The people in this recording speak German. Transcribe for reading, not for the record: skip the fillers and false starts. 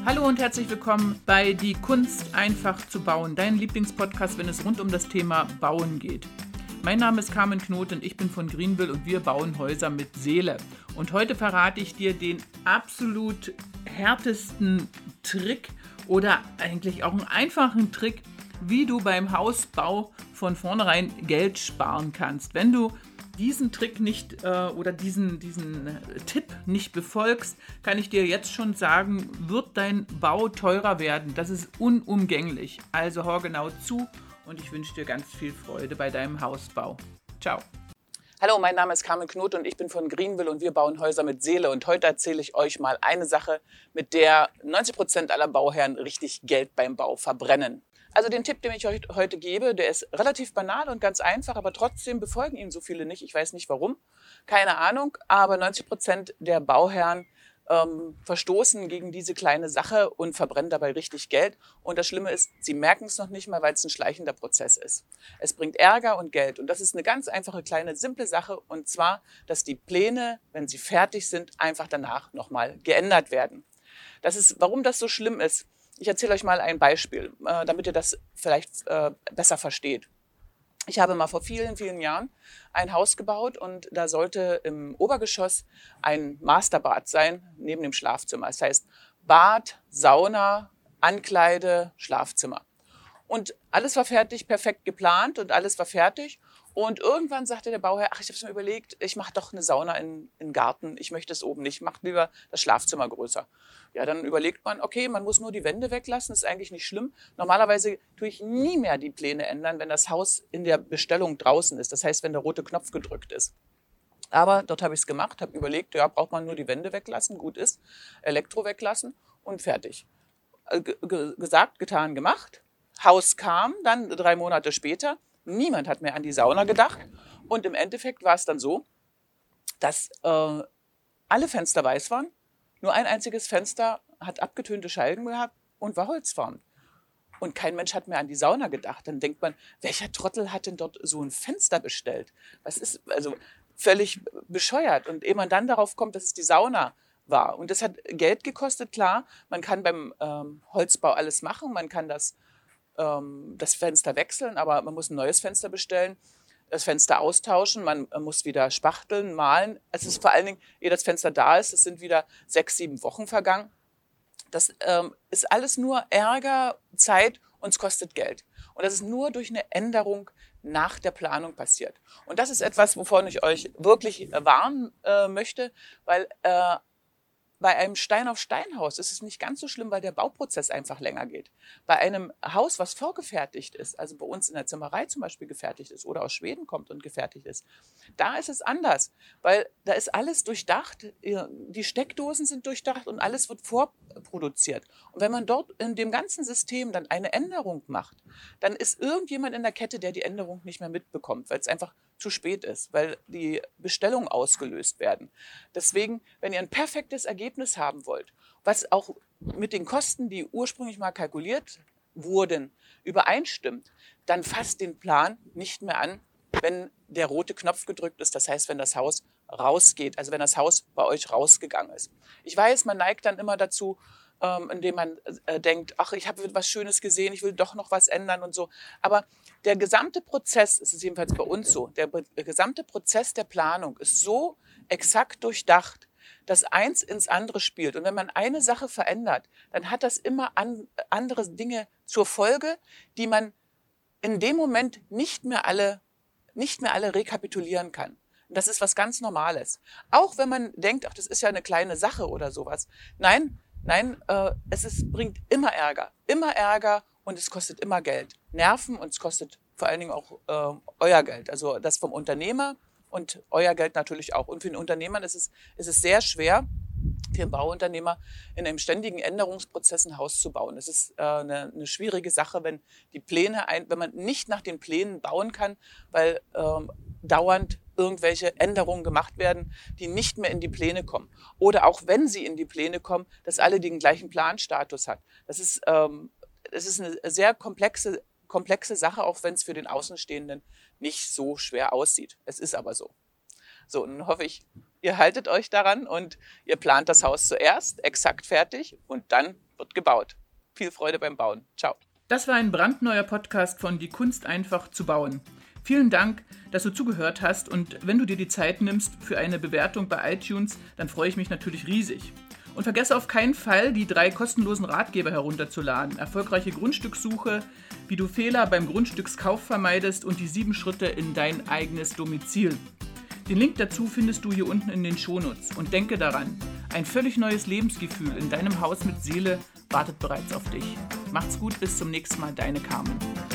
Hallo und herzlich willkommen bei Die Kunst einfach zu bauen, dein Lieblingspodcast, wenn es rund um das Thema Bauen geht. Mein Name ist Carmen Knot und ich bin von Greenville und wir bauen Häuser mit Seele. Und heute verrate ich dir den absolut härtesten Trick oder eigentlich auch einen einfachen Trick, wie du beim Hausbau von vornherein Geld sparen kannst. Wenn du diesen Trick nicht oder diesen Tipp nicht befolgst, kann ich dir jetzt schon sagen, wird dein Bau teurer werden. Das ist unumgänglich. Also hör genau zu und ich wünsche dir ganz viel Freude bei deinem Hausbau. Ciao. Hallo, mein Name ist Carmen Knot und ich bin von Greenville und wir bauen Häuser mit Seele. Und heute erzähle ich euch mal eine Sache, mit der 90% aller Bauherren richtig Geld beim Bau verbrennen. Also den Tipp, den ich euch heute gebe, der ist relativ banal und ganz einfach, aber trotzdem befolgen ihn so viele nicht. Ich weiß nicht warum, keine Ahnung, aber 90% der Bauherren verstoßen gegen diese kleine Sache und verbrennen dabei richtig Geld. Und das Schlimme ist, sie merken es noch nicht mal, weil es ein schleichender Prozess ist. Es bringt Ärger und Geld. Und das ist eine ganz einfache, kleine, simple Sache. Und zwar, dass die Pläne, wenn sie fertig sind, einfach danach nochmal geändert werden. Warum das so schlimm ist. Ich erzähle euch mal ein Beispiel, damit ihr das vielleicht besser versteht. Ich habe mal vor vielen, vielen Jahren ein Haus gebaut und da sollte im Obergeschoss ein Masterbad sein, neben dem Schlafzimmer. Das heißt Bad, Sauna, Ankleide, Schlafzimmer. Und alles war fertig, perfekt geplant und alles war fertig. Und irgendwann sagte der Bauherr, ich habe es mir überlegt, ich mache doch eine Sauna in den Garten. Ich möchte es oben nicht, ich mache lieber das Schlafzimmer größer. Ja, dann überlegt man, okay, man muss nur die Wände weglassen, ist eigentlich nicht schlimm. Normalerweise tue ich nie mehr die Pläne ändern, wenn das Haus in der Bestellung draußen ist. Das heißt, wenn der rote Knopf gedrückt ist. Aber dort habe ich es gemacht, habe überlegt, ja, braucht man nur die Wände weglassen, gut ist, Elektro weglassen und fertig. Gesagt, getan, gemacht. Haus kam dann 3 Monate später. Niemand hat mehr an die Sauna gedacht. Und im Endeffekt war es dann so, dass alle Fenster weiß waren. Nur ein einziges Fenster hat abgetönte Scheiben gehabt und war holzfarben. Und kein Mensch hat mehr an die Sauna gedacht. Dann denkt man, welcher Trottel hat denn dort so ein Fenster bestellt? Das ist also völlig bescheuert. Und ehe man dann darauf kommt, dass es die Sauna war. Und das hat Geld gekostet, klar. Man kann beim Holzbau alles machen. Man kann das Fenster wechseln, aber man muss ein neues Fenster bestellen, das Fenster austauschen, man muss wieder spachteln, malen. Es ist vor allen Dingen, ehe das Fenster da ist, es sind wieder 6, 7 Wochen vergangen. Das ist alles nur Ärger, Zeit und es kostet Geld. Und das ist nur durch eine Änderung nach der Planung passiert. Und das ist etwas, wovon ich euch wirklich warnen möchte, weil bei einem Stein-auf-Stein-Haus ist es nicht ganz so schlimm, weil der Bauprozess einfach länger geht. Bei einem Haus, was vorgefertigt ist, also bei uns in der Zimmerei zum Beispiel gefertigt ist oder aus Schweden kommt und gefertigt ist, da ist es anders, weil da ist alles durchdacht, die Steckdosen sind durchdacht und alles wird vorproduziert. Und wenn man dort in dem ganzen System dann eine Änderung macht, dann ist irgendjemand in der Kette, der die Änderung nicht mehr mitbekommt, weil es einfach zu spät ist, weil die Bestellungen ausgelöst werden. Deswegen, wenn ihr ein perfektes Ergebnis haben wollt, was auch mit den Kosten, die ursprünglich mal kalkuliert wurden, übereinstimmt, dann fasst den Plan nicht mehr an, wenn der rote Knopf gedrückt ist, das heißt, wenn das Haus rausgeht, also wenn das Haus bei euch rausgegangen ist. Ich weiß, man neigt dann immer dazu, indem man denkt, ich habe was Schönes gesehen, ich will doch noch was ändern und so. Aber der gesamte Prozess, es ist jedenfalls bei uns so, der gesamte Prozess der Planung ist so exakt durchdacht, dass eins ins andere spielt. Und wenn man eine Sache verändert, dann hat das immer andere Dinge zur Folge, die man in dem Moment nicht mehr alle rekapitulieren kann. Und das ist was ganz Normales. Auch wenn man denkt, das ist ja eine kleine Sache oder sowas. Nein, bringt immer Ärger und es kostet immer Geld. Nerven und es kostet vor allen Dingen auch euer Geld. Also das vom Unternehmer und euer Geld natürlich auch. Und für den Unternehmer ist es sehr schwer, für einen Bauunternehmer in einem ständigen Änderungsprozess ein Haus zu bauen. Es ist eine schwierige Sache, wenn man nicht nach den Plänen bauen kann, weil dauernd irgendwelche Änderungen gemacht werden, die nicht mehr in die Pläne kommen. Oder auch wenn sie in die Pläne kommen, dass alle den gleichen Planstatus hat. Das ist eine sehr komplexe Sache, auch wenn es für den Außenstehenden nicht so schwer aussieht. Es ist aber so. So, und dann hoffe ich, ihr haltet euch daran und ihr plant das Haus zuerst, exakt fertig und dann wird gebaut. Viel Freude beim Bauen. Ciao. Das war ein brandneuer Podcast von Die Kunst einfach zu bauen. Vielen Dank, dass du zugehört hast und wenn du dir die Zeit nimmst für eine Bewertung bei iTunes, dann freue ich mich natürlich riesig. Und vergesse auf keinen Fall, die 3 kostenlosen Ratgeber herunterzuladen. Erfolgreiche Grundstückssuche, wie du Fehler beim Grundstückskauf vermeidest und die 7 Schritte in dein eigenes Domizil. Den Link dazu findest du hier unten in den Shownotes. Und denke daran, ein völlig neues Lebensgefühl in deinem Haus mit Seele wartet bereits auf dich. Macht's gut, bis zum nächsten Mal, deine Carmen.